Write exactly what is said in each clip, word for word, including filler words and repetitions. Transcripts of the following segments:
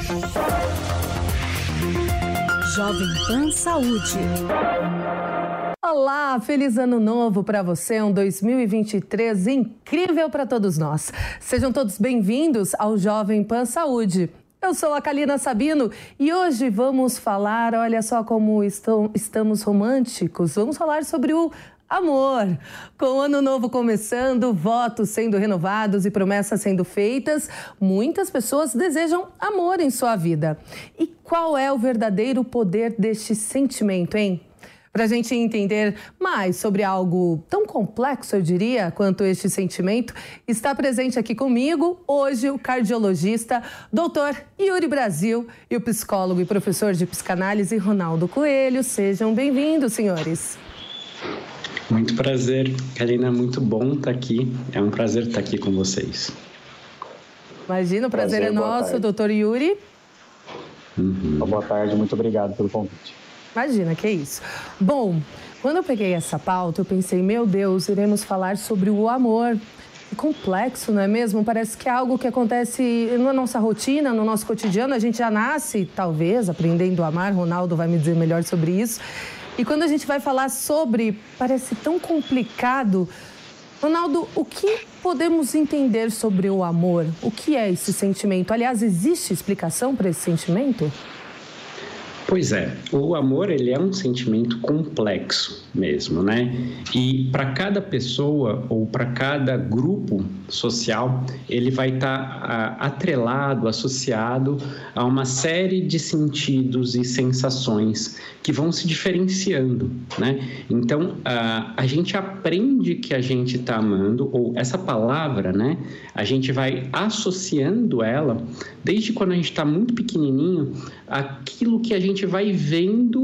Jovem Pan Saúde. Olá, feliz ano novo para você, um dois mil e vinte e três incrível para todos nós. Sejam todos bem-vindos ao Jovem Pan Saúde. Eu sou a Kalina Sabino e hoje vamos falar, olha só como estão, estamos românticos, vamos falar sobre o amor. Com o ano novo começando, votos sendo renovados e promessas sendo feitas, muitas pessoas desejam amor em sua vida. E qual é o verdadeiro poder deste sentimento, hein? Para a gente entender mais sobre algo tão complexo, eu diria, quanto este sentimento, está presente aqui comigo hoje o cardiologista doutor Yuri Brasil e o psicólogo e professor de psicanálise Ronaldo Coelho. Sejam bem-vindos, senhores. Muito prazer, Kalina, muito bom estar aqui. É um prazer estar aqui com vocês. Imagina, o prazer, prazer é nosso, doutor Yuri. Uhum. Boa tarde, muito obrigado pelo convite. Imagina, que isso. Bom, quando eu peguei essa pauta, eu pensei, meu Deus, iremos falar sobre o amor. É complexo, não é mesmo? Parece que é algo que acontece na nossa rotina, no nosso cotidiano. A gente já nasce, talvez, aprendendo a amar. Ronaldo vai me dizer melhor sobre isso. E quando a gente vai falar sobre, parece tão complicado. Ronaldo, o que podemos entender sobre o amor? O que é esse sentimento? Aliás, existe explicação para esse sentimento? Pois é, o amor ele é um sentimento complexo mesmo, né? E para cada pessoa ou para cada grupo social, ele vai estar atrelado, associado a uma série de sentidos e sensações que vão se diferenciando, né? Então, a, a gente aprende que a gente está amando, ou essa palavra, né? A gente vai associando ela, desde quando a gente está muito pequenininho, aquilo que a gente vai vendo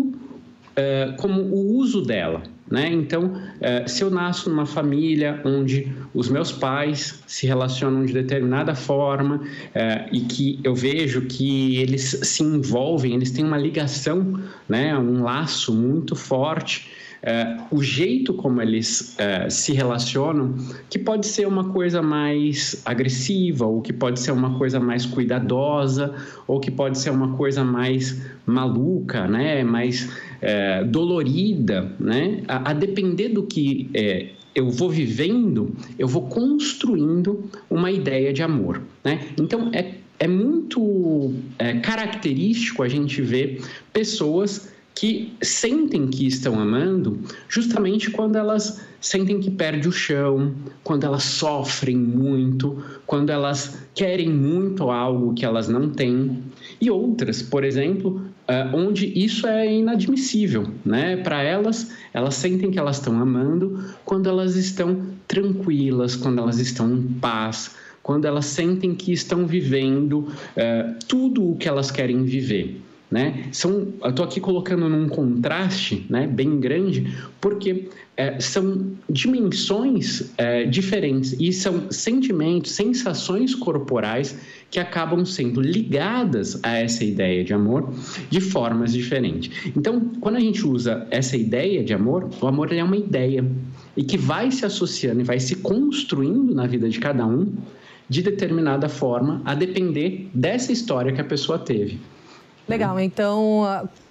uh, como o uso dela, né? Então, uh, se eu nasço numa família onde os meus pais se relacionam de determinada forma uh, e que eu vejo que eles se envolvem, eles têm uma ligação, né? Um laço muito forte, Uh, o jeito como eles uh, se relacionam, que pode ser uma coisa mais agressiva, ou que pode ser uma coisa mais cuidadosa, ou que pode ser uma coisa mais maluca, né? Mais uh, dolorida, né? A, a depender do que uh, eu vou vivendo, eu vou construindo uma ideia de amor, né? Então, é, é muito é, característico a gente ver pessoas que sentem que estão amando justamente quando elas sentem que perde o chão, quando elas sofrem muito, quando elas querem muito algo que elas não têm. E outras, por exemplo, onde isso é inadmissível, né? Para elas, elas sentem que elas estão amando quando elas estão tranquilas, quando elas estão em paz, quando elas sentem que estão vivendo uh, tudo o que elas querem viver. Né? São, eu estou aqui colocando num contraste, né, bem grande, porque é, são dimensões é, diferentes e são sentimentos, sensações corporais que acabam sendo ligadas a essa ideia de amor de formas diferentes. Então, quando a gente usa essa ideia de amor, o amor ele é uma ideia e que vai se associando e vai se construindo na vida de cada um de determinada forma, a depender dessa história que a pessoa teve. Legal, então,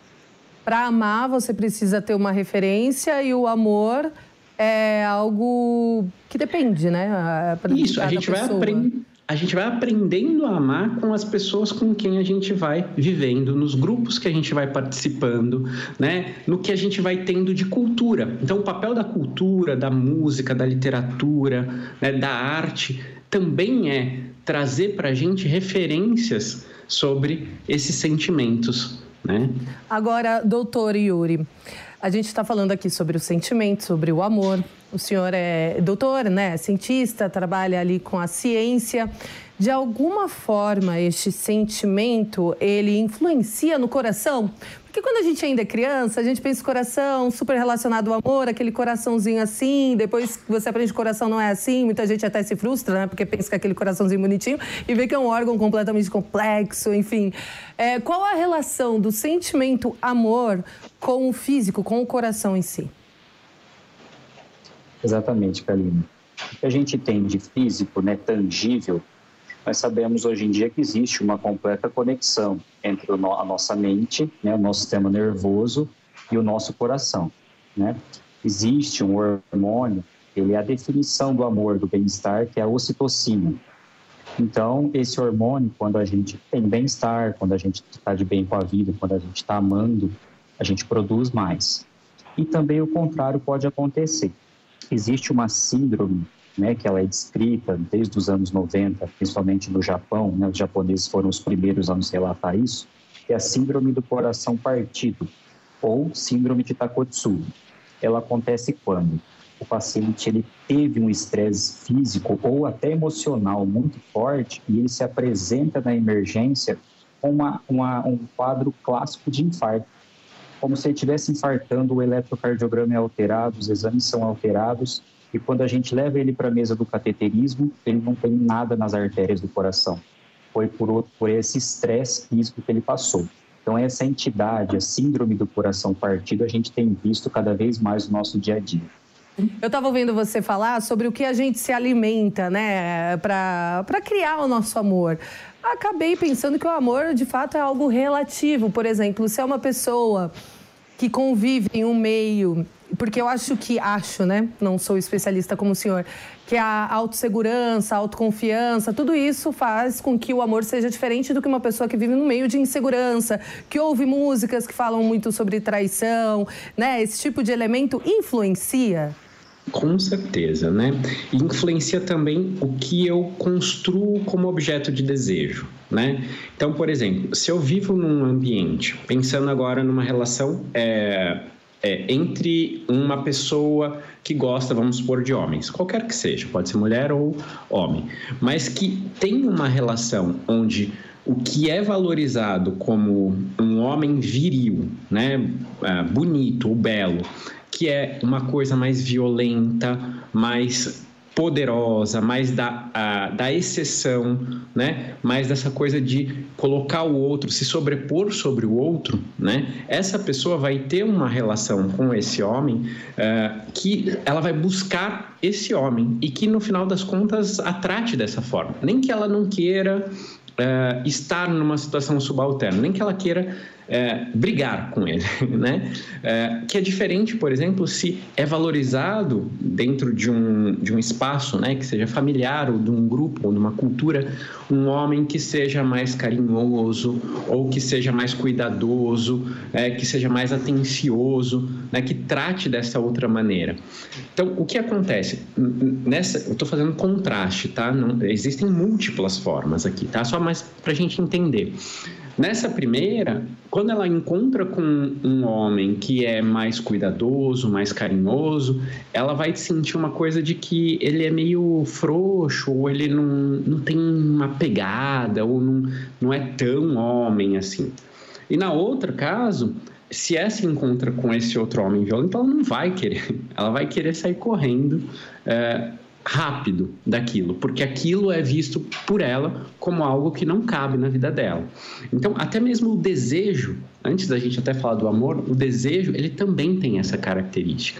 para amar você precisa ter uma referência e o amor é algo que depende, né? Pra Isso, a gente, vai aprend... a gente vai aprendendo a amar com as pessoas com quem a gente vai vivendo, nos grupos que a gente vai participando, né? No que a gente vai tendo de cultura. Então, o papel da cultura, da música, da literatura, né, da arte, também é trazer para a gente referências sobre esses sentimentos, né? Agora, doutor Yuri, a gente está falando aqui sobre o sentimento, sobre o amor. O senhor é doutor, né? Cientista, trabalha ali com a ciência. De alguma forma, este sentimento, ele influencia no coração? Porque quando a gente ainda é criança, a gente pensa em coração super relacionado ao amor, aquele coraçãozinho assim, depois que você aprende que o coração não é assim, muita gente até se frustra, né? Porque pensa que é aquele coraçãozinho bonitinho e vê que é um órgão completamente complexo, enfim. É, qual a relação do sentimento amor com o físico, com o coração em si? Exatamente, Kalina. O que a gente tem de físico, né, tangível, nós sabemos hoje em dia que existe uma completa conexão entre a nossa mente, né, o nosso sistema nervoso e o nosso coração, né? Existe um hormônio, ele é a definição do amor, do bem-estar, que é a ocitocina. Então, esse hormônio, quando a gente tem bem-estar, quando a gente está de bem com a vida, quando a gente está amando, a gente produz mais. E também o contrário pode acontecer. Existe uma síndrome, né, que ela é descrita desde os anos noventa, principalmente no Japão, né, os japoneses foram os primeiros a nos relatar isso, que é a síndrome do coração partido, ou síndrome de Takotsubo. Ela acontece quando o paciente ele teve um estresse físico ou até emocional muito forte e ele se apresenta na emergência com uma, uma, um quadro clássico de infarto. Como se ele estivesse infartando, o eletrocardiograma é alterado, os exames são alterados e quando a gente leva ele para a mesa do cateterismo, ele não tem nada nas artérias do coração. Foi por, por esse estresse físico que ele passou. Então, essa entidade, a síndrome do coração partido, a gente tem visto cada vez mais no nosso dia a dia. Eu estava ouvindo você falar sobre o que a gente se alimenta, né, para para criar o nosso amor. Acabei pensando que o amor, de fato, é algo relativo. Por exemplo, se é uma pessoa que convive em um meio... Porque eu acho que, acho, né, não sou especialista como o senhor, que a autossegurança, a autoconfiança, tudo isso faz com que o amor seja diferente do que uma pessoa que vive no meio de insegurança, que ouve músicas que falam muito sobre traição, né? Esse tipo de elemento influencia? Com certeza, né? Influencia também o que eu construo como objeto de desejo, né? Então, por exemplo, se eu vivo num ambiente, pensando agora numa relação... É... É, entre uma pessoa que gosta, vamos supor, de homens, qualquer que seja, pode ser mulher ou homem, mas que tem uma relação onde o que é valorizado como um homem viril, né, bonito ou belo, que é uma coisa mais violenta, mais poderosa, mais da, a, da exceção, né? Mais dessa coisa de colocar o outro, se sobrepor sobre o outro, né? Essa pessoa vai ter uma relação com esse homem uh, que ela vai buscar esse homem e que no final das contas a trate dessa forma. Nem que ela não queira uh, estar numa situação subalterna, nem que ela queira É, brigar com ele, né? É, que é diferente, por exemplo, se é valorizado dentro de um, de um espaço, né, que seja familiar ou de um grupo ou de uma cultura, um homem que seja mais carinhoso ou que seja mais cuidadoso, é, que seja mais atencioso, né, que trate dessa outra maneira. Então, o que acontece? Nessa, eu estou fazendo contraste, tá? Não, existem múltiplas formas aqui, tá? Só mais para a gente entender. Nessa primeira, quando ela encontra com um homem que é mais cuidadoso, mais carinhoso, ela vai sentir uma coisa de que ele é meio frouxo, ou ele não, não tem uma pegada, ou não, não é tão homem assim. E na outra caso, se ela se encontra com esse outro homem violento, ela não vai querer, ela vai querer sair correndo, é, rápido daquilo, porque aquilo é visto por ela como algo que não cabe na vida dela. Então, até mesmo o desejo, antes da gente até falar do amor, o desejo, ele também tem essa característica.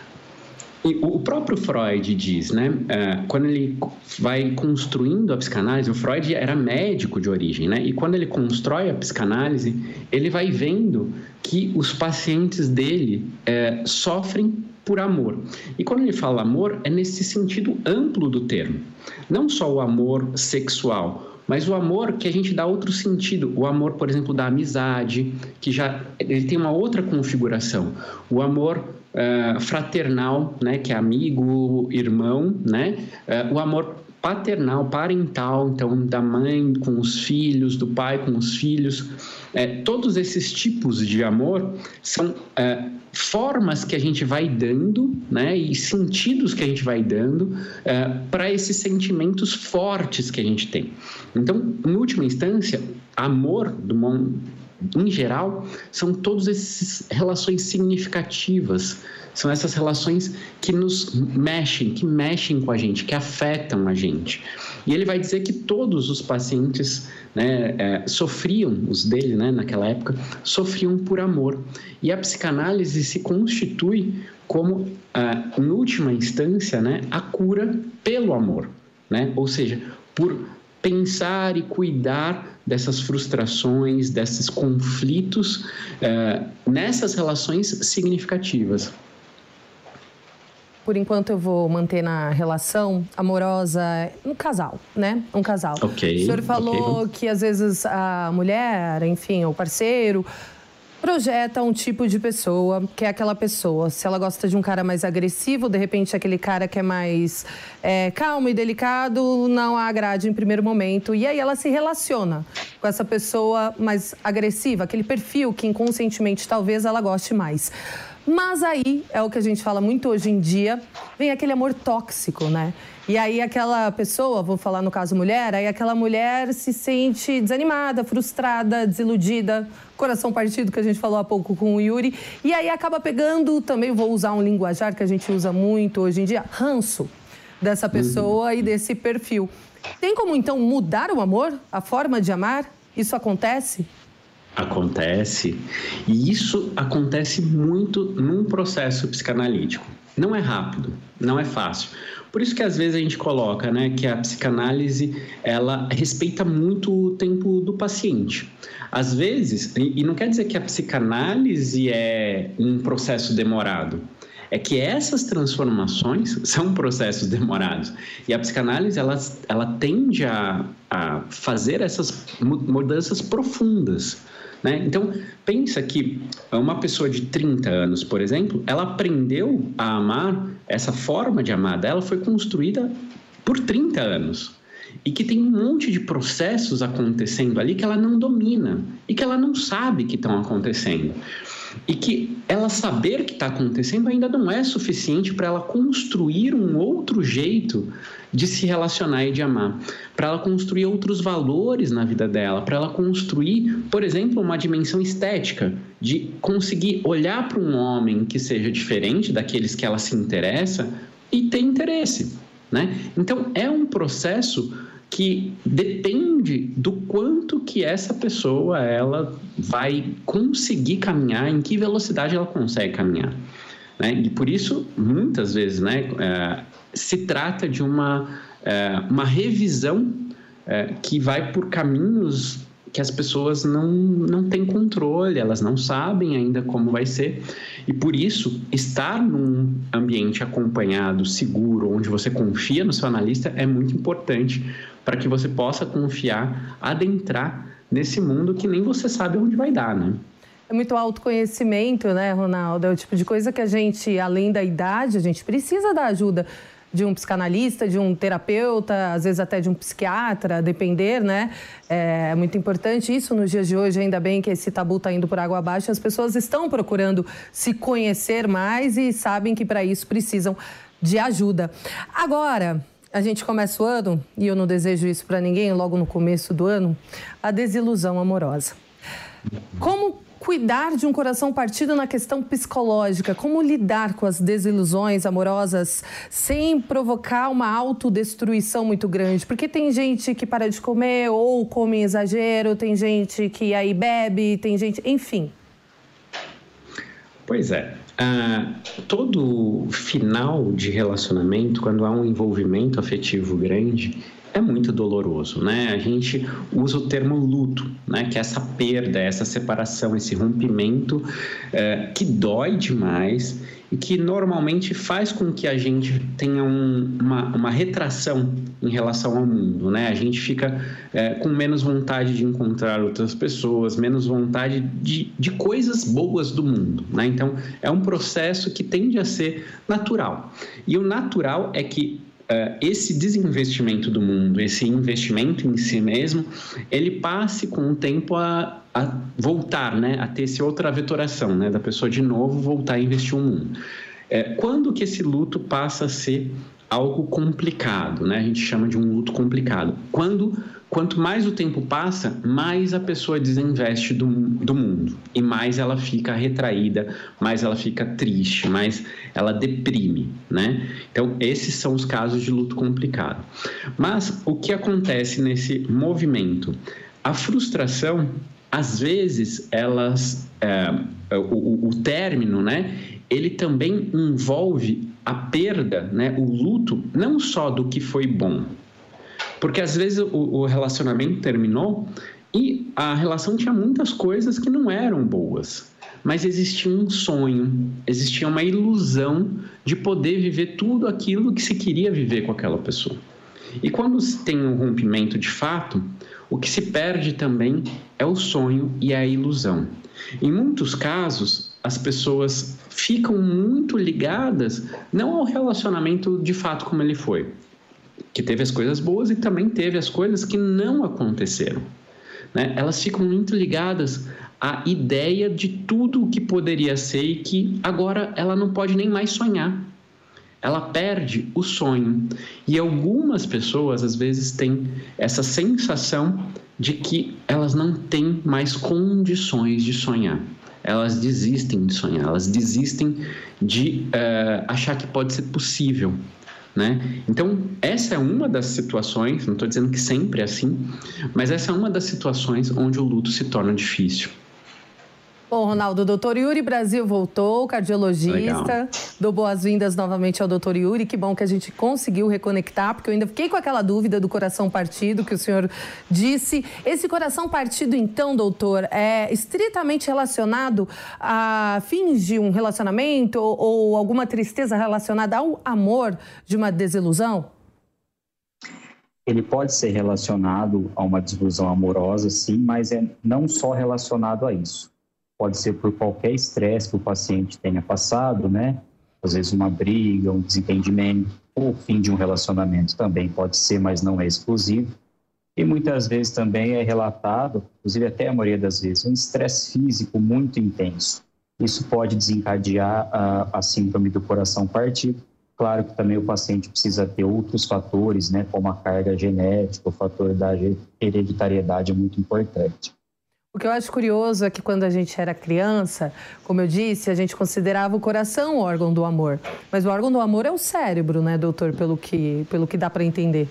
E o próprio Freud diz, né, quando ele vai construindo a psicanálise, o Freud era médico de origem, né, e quando ele constrói a psicanálise, ele vai vendo que os pacientes dele é, sofrem por amor. E quando ele fala amor, é nesse sentido amplo do termo. Não só o amor sexual, mas o amor que a gente dá outro sentido. O amor, por exemplo, da amizade, que já ele tem uma outra configuração. O amor uh, fraternal, né, que é amigo, irmão, né? Uh, o amor paternal, parental, então da mãe com os filhos, do pai com os filhos. É, todos esses tipos de amor são é, formas que a gente vai dando, né, e sentidos que a gente vai dando é, para esses sentimentos fortes que a gente tem. Então, em última instância, amor, do mundo, em geral, são todas essas relações significativas. São essas relações que nos mexem, que mexem com a gente, que afetam a gente. E ele vai dizer que todos os pacientes, né, é, sofriam, os dele, né, naquela época, sofriam por amor. E a psicanálise se constitui como, ah, em última instância, né, a cura pelo amor, né? Ou seja, por pensar e cuidar dessas frustrações, desses conflitos uh, nessas relações significativas. Por enquanto eu vou manter na relação amorosa, um casal, né? Um casal. Ok. O senhor falou okay. que às vezes a mulher, enfim, o parceiro, projeta um tipo de pessoa, que é aquela pessoa. Se ela gosta de um cara mais agressivo, de repente aquele cara que é mais é, calmo e delicado não a agrade em primeiro momento. E aí ela se relaciona com essa pessoa mais agressiva, aquele perfil que inconscientemente talvez ela goste mais. Mas aí, é o que a gente fala muito hoje em dia, vem aquele amor tóxico, né? E aí aquela pessoa, vou falar no caso mulher, aí aquela mulher se sente desanimada, frustrada, desiludida, coração partido, que a gente falou há pouco com o Yuri. E aí acaba pegando, também vou usar um linguajar que a gente usa muito hoje em dia, ranço dessa pessoa uhum. e desse perfil. Tem como então mudar o amor, a forma de amar? Isso acontece? Acontece, e isso acontece muito num processo psicanalítico. Não é rápido, não é fácil. Por isso que às vezes a gente coloca, né, que a psicanálise, ela respeita muito o tempo do paciente. Às vezes, e não quer dizer que a psicanálise é um processo demorado, é que essas transformações são processos demorados. E a psicanálise, ela, ela tende a, a fazer essas mudanças profundas, né? Então, pensa que uma pessoa de trinta anos, por exemplo, ela aprendeu a amar, essa forma de amar dela foi construída por trinta anos. E que tem um monte de processos acontecendo ali que ela não domina e que ela não sabe que estão acontecendo. E que ela saber que está acontecendo ainda não é suficiente para ela construir um outro jeito de se relacionar e de amar, para ela construir outros valores na vida dela, para ela construir, por exemplo, uma dimensão estética, de conseguir olhar para um homem que seja diferente daqueles que ela se interessa e ter interesse, né? Então, é um processo que depende do quanto que essa pessoa ela vai conseguir caminhar, em que velocidade ela consegue caminhar, né? E por isso, muitas vezes, né, é, se trata de uma, é, uma revisão é, que vai por caminhos que as pessoas não, não têm controle, elas não sabem ainda como vai ser. E por isso, estar num ambiente acompanhado, seguro, onde você confia no seu analista é muito importante para que você possa confiar, adentrar nesse mundo que nem você sabe onde vai dar, né? É muito autoconhecimento, né, Ronaldo? É o tipo de coisa que a gente, além da idade, a gente precisa da ajuda de um psicanalista, de um terapeuta, às vezes até de um psiquiatra, a depender, né? É muito importante isso nos dias de hoje, ainda bem que esse tabu está indo por água abaixo, as pessoas estão procurando se conhecer mais e sabem que para isso precisam de ajuda. Agora, a gente começa o ano, e eu não desejo isso para ninguém, logo no começo do ano, a desilusão amorosa. Como cuidar de um coração partido na questão psicológica? Como lidar com as desilusões amorosas sem provocar uma autodestruição muito grande? Porque tem gente que para de comer ou come em exagero, tem gente que aí bebe, tem gente... Enfim. Pois é. Ah, todo final de relacionamento, quando há um envolvimento afetivo grande, é muito doloroso, né? A gente usa o termo luto, né? Que é essa perda, essa separação, esse rompimento é, que dói demais e que normalmente faz com que a gente tenha um, uma, uma retração em relação ao mundo, né? A gente fica é, com menos vontade de encontrar outras pessoas, menos vontade de, de coisas boas do mundo, né? Então, é um processo que tende a ser natural. E o natural é que Uh, esse desinvestimento do mundo, esse investimento em si mesmo, ele passe com o tempo a, a voltar, né, a ter essa outra vetoração, né, da pessoa de novo voltar a investir no mundo. Uh, quando que esse luto passa a ser algo complicado, né? A gente chama de um luto complicado. Quando, quanto mais o tempo passa, mais a pessoa desinveste do, do mundo e mais ela fica retraída, mais ela fica triste, mais ela deprime, né? Então, esses são os casos de luto complicado. Mas o que acontece nesse movimento? A frustração, às vezes, elas, é, o, o término, né? Ele também envolve a perda, né, o luto, não só do que foi bom, Porque às vezes o, o relacionamento terminou e a relação tinha muitas coisas que não eram boas, mas existia um sonho, existia uma ilusão de poder viver tudo aquilo que se queria viver com aquela pessoa. E quando se tem um rompimento de fato, o que se perde também é o sonho e a ilusão. Em muitos casos, as pessoas ficam muito ligadas não ao relacionamento de fato como ele foi, que teve as coisas boas e também teve as coisas que não aconteceram, né? Elas ficam muito ligadas à ideia de tudo o que poderia ser e que agora ela não pode nem mais sonhar. Ela perde o sonho. E algumas pessoas, às vezes, têm essa sensação de que elas não têm mais condições de sonhar. Elas desistem de sonhar, elas desistem de uh, achar que pode ser possível, né? Então, essa é uma das situações, não estou dizendo que sempre é assim, mas essa é uma das situações onde o luto se torna difícil. Bom, Ronaldo, o doutor Yuri Brasil voltou, cardiologista. Legal. Dou boas-vindas novamente ao doutor Yuri. Que bom que a gente conseguiu reconectar, porque eu ainda fiquei com aquela dúvida do coração partido que o senhor disse. Esse coração partido, então, doutor, é estritamente relacionado a fins de um relacionamento ou, ou alguma tristeza relacionada ao amor de uma desilusão? Ele pode ser relacionado a uma desilusão amorosa, sim, mas é não só relacionado a isso. Pode ser por qualquer estresse que o paciente tenha passado, né? Às vezes uma briga, um desentendimento, ou o fim de um relacionamento também pode ser, mas não é exclusivo. E muitas vezes também é relatado, inclusive até a maioria das vezes, um estresse físico muito intenso. Isso pode desencadear a, a síndrome do coração partido. Claro que também o paciente precisa ter outros fatores, né? Como a carga genética, o fator da hereditariedade é muito importante. O que eu acho curioso é que quando a gente era criança, como eu disse, a gente considerava o coração o órgão do amor. Mas o órgão do amor é o cérebro, né, doutor? Pelo que, pelo que dá para entender.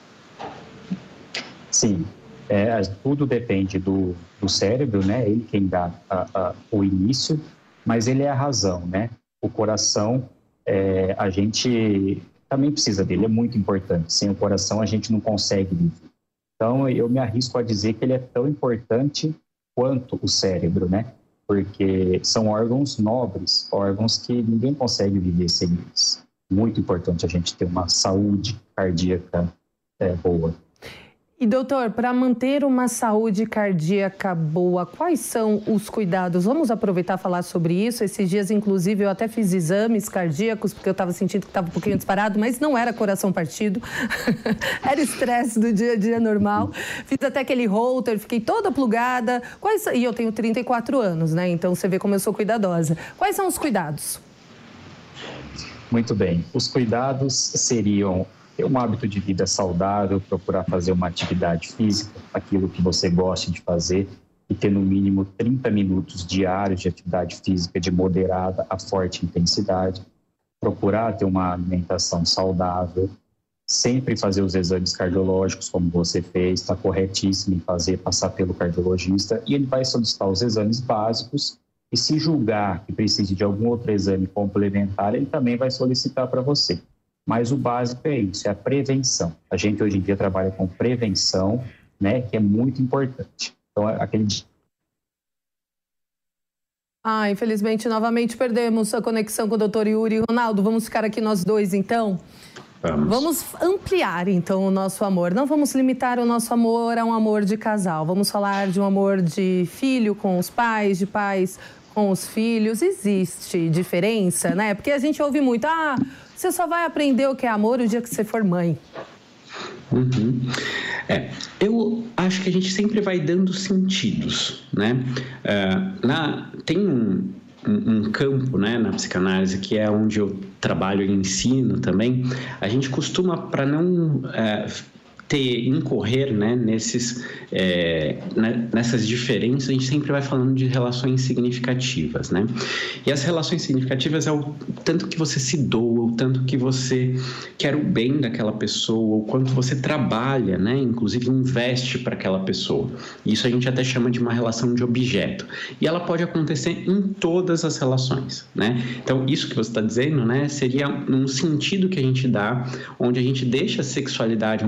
Sim, é, tudo depende do, do cérebro, né? Ele quem dá a, a, o início, mas ele é a razão, né? O coração, é, a gente também precisa dele, é muito importante. Sem o coração a gente não consegue viver. Então eu me arrisco a dizer que ele é tão importante quanto o cérebro, né? Porque são órgãos nobres, órgãos que ninguém consegue viver sem eles. Muito importante a gente ter uma saúde cardíaca é, boa. E, doutor, para manter uma saúde cardíaca boa, quais são os cuidados? Vamos aproveitar e falar sobre isso. Esses dias, inclusive, eu até fiz exames cardíacos, porque eu estava sentindo que estava um pouquinho disparado, mas não era coração partido. Era estresse do dia a dia normal. Fiz até aquele holter, fiquei toda plugada. Quais... E eu tenho trinta e quatro anos, né? Então, você vê como eu sou cuidadosa. Quais são os cuidados? Muito bem. Os cuidados seriam ter um hábito de vida saudável, procurar fazer uma atividade física, aquilo que você gosta de fazer, e ter no mínimo trinta minutos diários de atividade física de moderada a forte intensidade, procurar ter uma alimentação saudável, sempre fazer os exames cardiológicos como você fez, está corretíssimo em fazer, passar pelo cardiologista, e ele vai solicitar os exames básicos, e se julgar que precise de algum outro exame complementar, ele também vai solicitar para você. Mas o básico é isso, é a prevenção. A gente hoje em dia trabalha com prevenção, né, que é muito importante. Então, aquele... Ah, infelizmente, novamente perdemos a conexão com o doutor Yuri. Ronaldo, vamos ficar aqui nós dois, então? Vamos. Vamos ampliar, então, o nosso amor. Não vamos limitar o nosso amor a um amor de casal. Vamos falar de um amor de filho com os pais, de pais com os filhos. Existe diferença, né? Porque a gente ouve muito, ah... Você só vai aprender o que é amor o dia que você for mãe. Uhum. É, eu acho que a gente sempre vai dando sentidos, né? Uh, na, tem um, um, um campo, né, na psicanálise, que é onde eu trabalho e ensino também. A gente costuma, para não uh, ter, incorrer, né, nesses, é, nessas diferenças, a gente sempre vai falando de relações significativas, né? E as relações significativas é o tanto que você se doa, o tanto que você quer o bem daquela pessoa, o quanto você trabalha, né? Inclusive investe para aquela pessoa. Isso a gente até chama de uma relação de objeto. E ela pode acontecer em todas as relações, né? Então, isso que você está dizendo, né, seria um sentido que a gente dá, onde a gente deixa a sexualidade um pouco de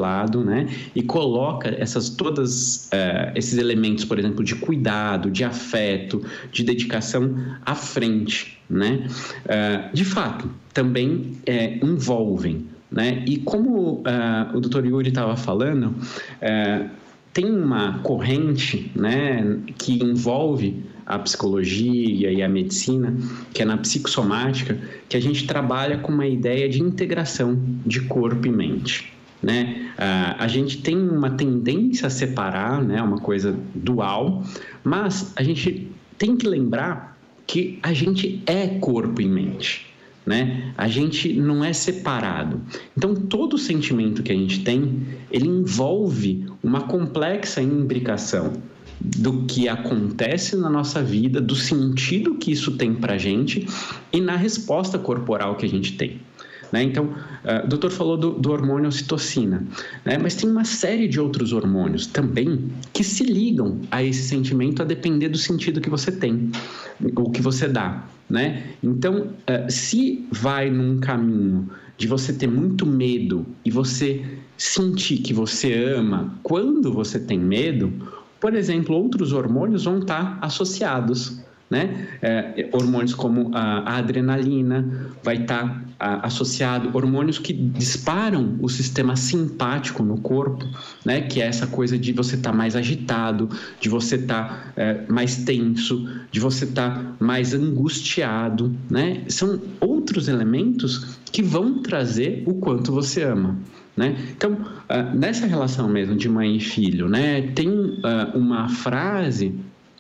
lado, né? E coloca essas todas uh, esses elementos, por exemplo, de cuidado, de afeto, de dedicação à frente, né? Uh, de fato, também uh, envolvem, né? E como uh, o doutor Yuri estava falando, uh, tem uma corrente, né, que envolve a psicologia e a medicina, que é na psicossomática, que a gente trabalha com uma ideia de integração de corpo e mente, né? A gente tem uma tendência a separar, né, uma coisa dual, mas a gente tem que lembrar que a gente é corpo e mente, né? A gente não é separado. Então, todo sentimento que a gente tem, ele envolve uma complexa imbricação do que acontece na nossa vida, do sentido que isso tem para a gente e na resposta corporal que a gente tem, né? Então, uh, o doutor falou do, do hormônio ocitocina, né? Mas tem uma série de outros hormônios também que se ligam a esse sentimento a depender do sentido que você tem, ou que você dá, né? Então, uh, se vai num caminho de você ter muito medo e você sentir que você ama quando você tem medo, por exemplo, outros hormônios vão estar associados, né? É, hormônios como a, a adrenalina vai estar a, associado, hormônios que disparam o sistema simpático no corpo, né? Que é essa coisa de você estar mais agitado, de você estar é, mais tenso, de você estar mais angustiado, né? São outros elementos que vão trazer o quanto você ama, né? Então, uh, nessa relação mesmo de mãe e filho, né, tem uh, uma frase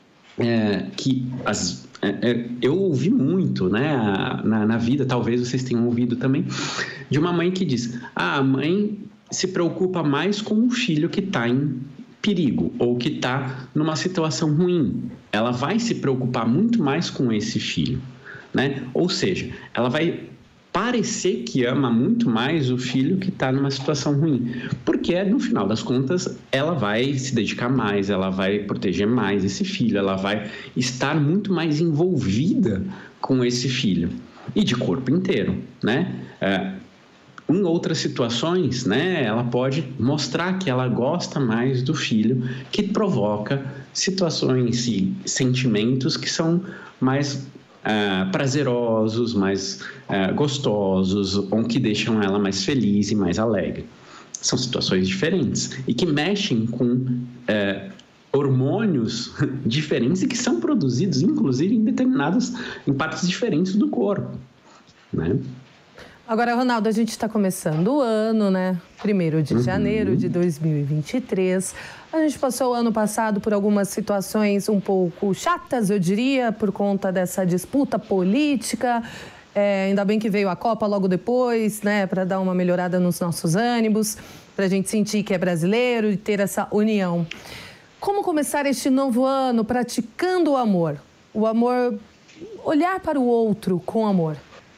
é, que as, é, eu ouvi muito, né, na, na vida, talvez vocês tenham ouvido também, de uma mãe que diz: ah, a mãe se preocupa mais com o filho que está em perigo ou que está numa situação ruim. Ela vai se preocupar muito mais com esse filho, né? Ou seja, ela vai parecer que ama muito mais o filho que está numa situação ruim, porque no final das contas ela vai se dedicar mais, ela vai proteger mais esse filho, ela vai estar muito mais envolvida com esse filho e de corpo inteiro, né? É, em outras situações, né, ela pode mostrar que ela gosta mais do filho, que provoca situações e sentimentos que são mais Uh, prazerosos, mais uh, gostosos, ou que deixam ela mais feliz e mais alegre. São situações diferentes e que mexem com uh, hormônios diferentes e que são produzidos, inclusive, em determinadas, em partes diferentes do corpo, né? Agora, Ronaldo, a gente está começando o ano, né? primeiro de janeiro de dois mil e vinte e três. A gente passou o ano passado por algumas situações um pouco chatas, eu diria, por conta dessa disputa política. É, ainda bem que veio a Copa logo depois, né? Para dar uma melhorada nos nossos ânimos, para a gente sentir que é brasileiro e ter essa união. Como começar este novo ano praticando o amor? O amor, olhar para o outro com amor.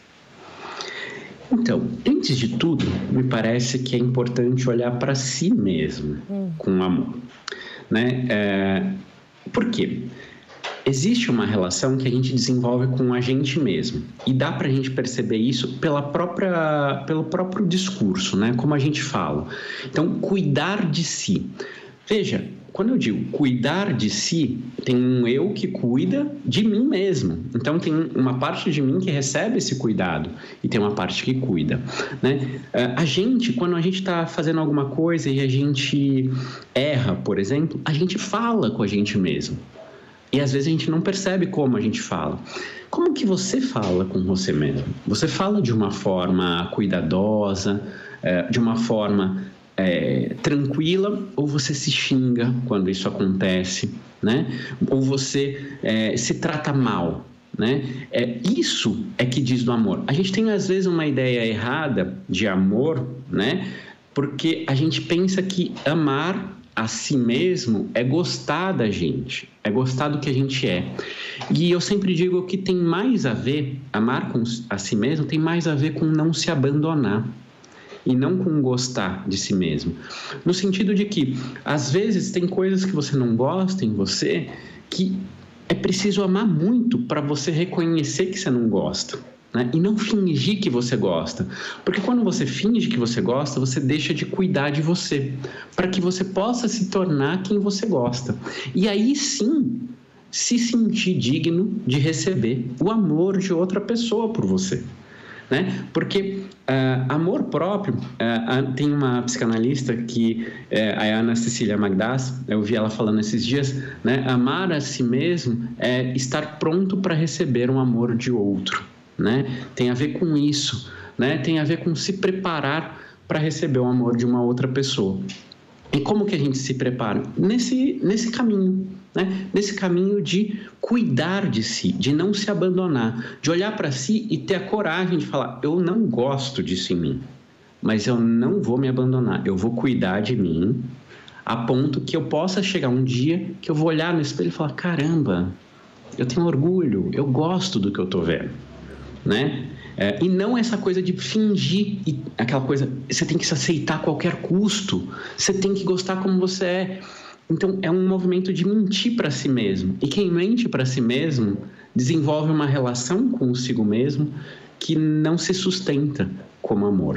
Então, antes de tudo, me parece que é importante olhar para si mesmo hum. com amor, né? É, por quê? Existe uma relação que a gente desenvolve com a gente mesmo e dá para a gente perceber isso pela própria, pelo próprio discurso, né? Como a gente fala. Então, cuidar de si. Veja, quando eu digo cuidar de si, tem um eu que cuida de mim mesmo. Então, tem uma parte de mim que recebe esse cuidado e tem uma parte que cuida, né? A gente, quando a gente está fazendo alguma coisa e a gente erra, por exemplo, a gente fala com a gente mesmo. E às vezes a gente não percebe como a gente fala. Como que você fala com você mesmo? Você fala de uma forma cuidadosa, de uma forma é, tranquila, ou você se xinga quando isso acontece, né? Ou você é, se trata mal, né? É, isso é que diz do amor. A gente tem às vezes uma ideia errada de amor, né? Porque a gente pensa que amar a si mesmo é gostar da gente, é gostar do que a gente é. E eu sempre digo que tem mais a ver, amar com, a si mesmo tem mais a ver com não se abandonar e não com gostar de si mesmo. No sentido de que, às vezes, tem coisas que você não gosta em você que é preciso amar muito para você reconhecer que você não gosta. né? E não fingir que você gosta. Porque quando você finge que você gosta, você deixa de cuidar de você, para que você possa se tornar quem você gosta. E aí sim, se sentir digno de receber o amor de outra pessoa por você. Né? Porque uh, amor próprio, uh, tem uma psicanalista que uh, a Ana Cecília Magdas, eu ouvi ela falando esses dias, né? Amar a si mesmo é estar pronto para receber um amor de outro, né? Tem a ver com isso, né? Tem a ver com se preparar para receber o amor de uma outra pessoa. E como que a gente se prepara? Nesse, nesse caminho, né? Nesse caminho de cuidar de si, de não se abandonar, de olhar para si e ter a coragem de falar, eu não gosto disso em mim, mas eu não vou me abandonar, eu vou cuidar de mim a ponto que eu possa chegar um dia que eu vou olhar no espelho e falar, caramba, eu tenho orgulho, eu gosto do que eu tô vendo, né? É, e não essa coisa de fingir, e aquela coisa, você tem que se aceitar a qualquer custo, você tem que gostar como você é. Então, é um movimento de mentir para si mesmo. E quem mente para si mesmo desenvolve uma relação consigo mesmo que não se sustenta como amor.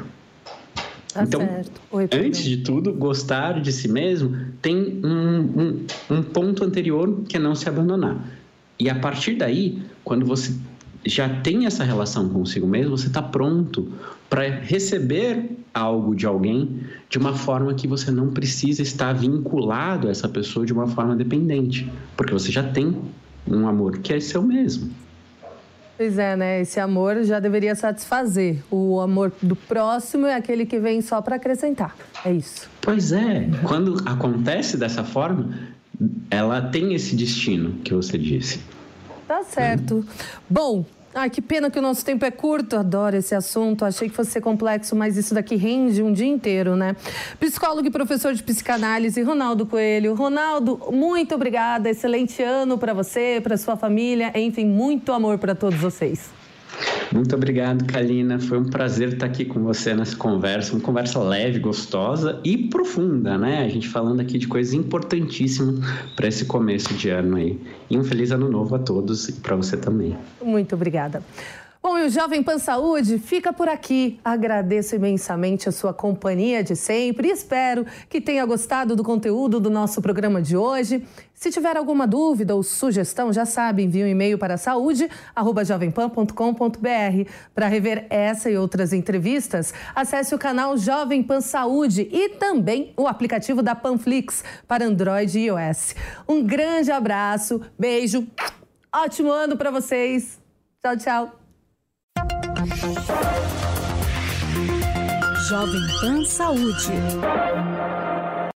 Tá então, certo. Oi, antes de tudo, gostar de si mesmo tem um, um, um ponto anterior que é não se abandonar. E a partir daí, quando você já tem essa relação consigo mesmo, você está pronto para receber algo de alguém de uma forma que você não precisa estar vinculado a essa pessoa de uma forma dependente, porque você já tem um amor que é seu mesmo. Pois é, né? Esse amor já deveria satisfazer. O amor do próximo é aquele que vem só para acrescentar. É isso. Pois é. Quando acontece dessa forma, ela tem esse destino que você disse. Tá certo. Hum. Bom, ai, que pena que o nosso tempo é curto. Adoro esse assunto. Achei que fosse ser complexo, mas isso daqui rende um dia inteiro, né? Psicólogo e professor de psicanálise, Ronaldo Coelho. Ronaldo, muito obrigada. Excelente ano para você, para sua família. Enfim, muito amor para todos vocês. Muito obrigado, Kalina. Foi um prazer estar aqui com você nessa conversa. Uma conversa leve, gostosa e profunda, né? A gente falando aqui de coisas importantíssimas para esse começo de ano aí. E um feliz ano novo a todos e para você também. Muito obrigada. Bom, e o Jovem Pan Saúde fica por aqui. Agradeço imensamente a sua companhia de sempre e espero que tenha gostado do conteúdo do nosso programa de hoje. Se tiver alguma dúvida ou sugestão, já sabe, envie um e-mail para saúde arroba jovem pan ponto com ponto b r. Para rever essa e outras entrevistas, acesse o canal Jovem Pan Saúde e também o aplicativo da Panflix para Android e iOS. Um grande abraço, beijo, ótimo ano para vocês. Tchau, tchau. Jovem Pan Saúde.